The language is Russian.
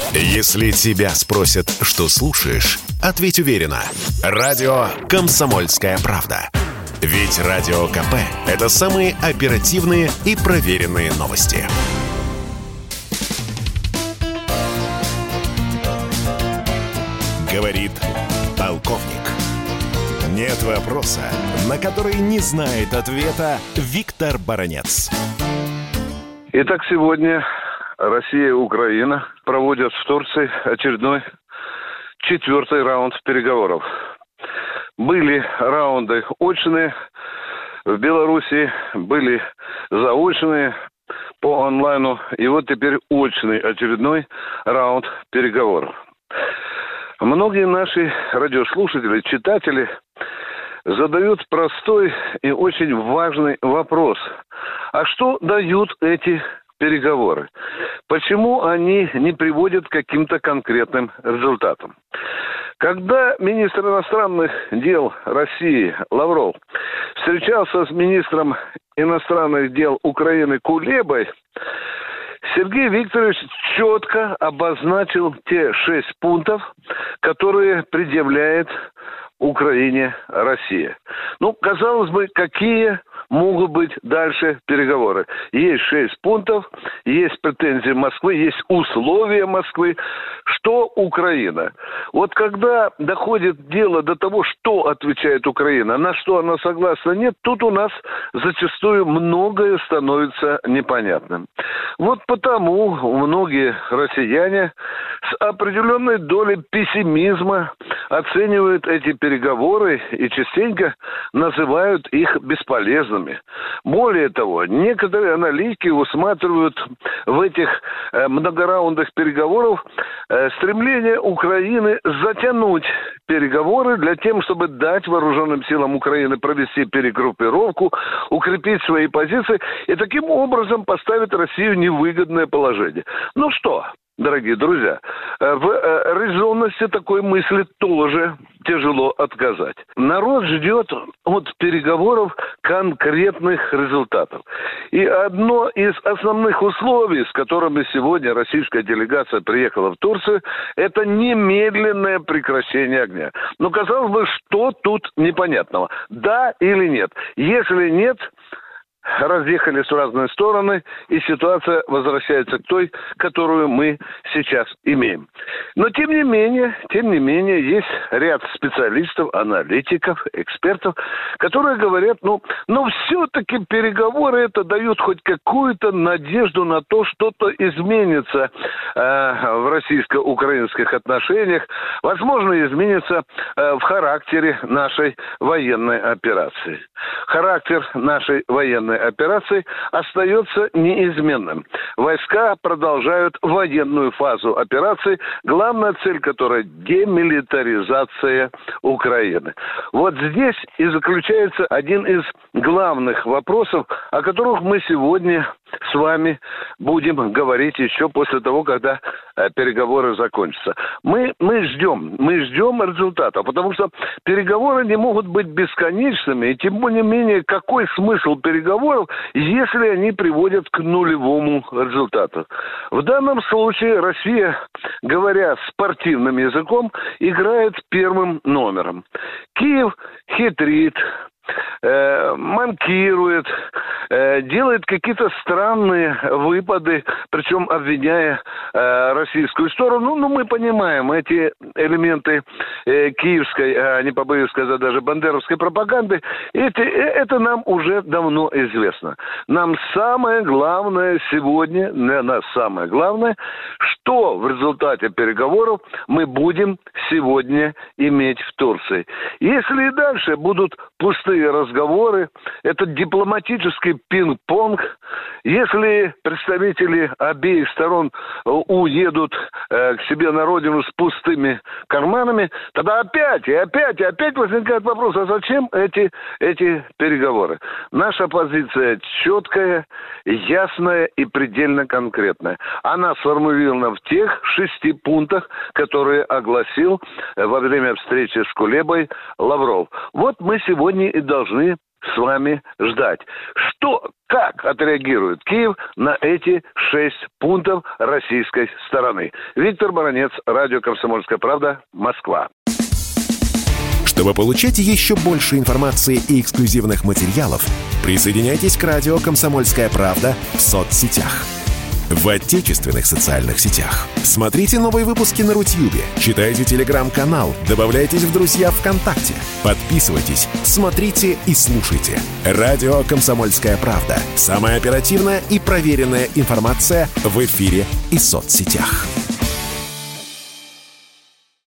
Если тебя спросят, что слушаешь, ответь уверенно. Радио «Комсомольская правда». Ведь Радио КП – это самые оперативные и проверенные новости. Говорит полковник. Нет вопроса, на который не знает ответа Виктор Баранец. Итак, сегодня Россия и Украина проводят в Турции очередной 4-й раунд переговоров. Были раунды очные в Беларуси, были заочные по онлайну, и вот теперь очный очередной раунд переговоров. Многие наши радиослушатели, читатели задают простой и очень важный вопрос. А что дают эти переговоры? Почему они не приводят к каким-то конкретным результатам? Когда министр иностранных дел России Лавров встречался с министром иностранных дел Украины Кулебой, Сергей Викторович четко обозначил те 6 пунктов, которые предъявляет Украине Россия. Казалось бы, какие могут быть дальше переговоры? Есть 6 пунктов, есть претензии Москвы, есть условия Москвы. Что Украина? Вот когда доходит дело до того, что отвечает Украина, на что она согласна, нет, тут у нас зачастую многое становится непонятным. Вот потому многие россияне с определенной долей пессимизма оценивают эти переговоры и частенько называют их бесполезными. Более того, некоторые аналитики усматривают в этих многораундах переговоров стремление Украины затянуть переговоры для тем, чтобы дать вооруженным силам Украины провести перегруппировку, укрепить свои позиции и таким образом поставить Россию в невыгодное положение. Ну что, дорогие друзья, в резонности такой мысли тоже тяжело отказать. Народ ждет от переговоров конкретных результатов. И одно из основных условий, с которыми сегодня российская делегация приехала в Турцию, это немедленное прекращение огня. Но казалось бы, что тут непонятного? Да или нет? Если нет, разъехались в разные стороны, и ситуация возвращается к той, которую мы сейчас имеем. Но, тем не менее, есть ряд специалистов, аналитиков, экспертов, которые говорят, все-таки переговоры это дают хоть какую-то надежду на то, что-то изменится в российско-украинских отношениях, возможно, изменится в характере нашей военной операции. Характер нашей военной операции остается неизменным. Войска продолжают военную фазу операции, главная цель которой – демилитаризация Украины. Вот здесь и заключается один из главных вопросов, о которых мы сегодня с вами будем говорить еще после того, когда переговоры закончатся. Мы ждем результата, потому что переговоры не могут быть бесконечными, и тем не менее, какой смысл переговоров, если они приводят к нулевому результату? В данном случае Россия, говоря спортивным языком, играет первым номером. Киев хитрит, манкирует, делает какие-то странные выпады, причем обвиняя российскую сторону. Мы понимаем эти элементы киевской, не побоюсь сказать, даже бандеровской пропаганды. Это нам уже давно известно. Нам самое главное сегодня, для нас самое главное, что в результате переговоров мы будем сегодня иметь в Турции. Если и дальше будут пустые разговоры, это дипломатический пинг-понг. Если представители обеих сторон уедут к себе на родину с пустыми карманами, тогда опять возникает вопрос, а зачем эти переговоры? Наша позиция четкая, ясная и предельно конкретная. Она сформулирована в тех 6 пунктах, которые огласил во время встречи с Кулебой Лавров. Вот мы сегодня и должны с вами ждать. Как отреагирует Киев на эти 6 пунктов российской стороны? Виктор Баранец, радио «Комсомольская правда», Москва. Чтобы получать еще больше информации и эксклюзивных материалов, присоединяйтесь к радио «Комсомольская правда» в соцсетях. В отечественных социальных сетях. Смотрите новые выпуски на Рутьюбе, читайте телеграм-канал, добавляйтесь в друзья ВКонтакте, подписывайтесь, смотрите и слушайте. Радио «Комсомольская правда». Самая оперативная и проверенная информация в эфире и соцсетях.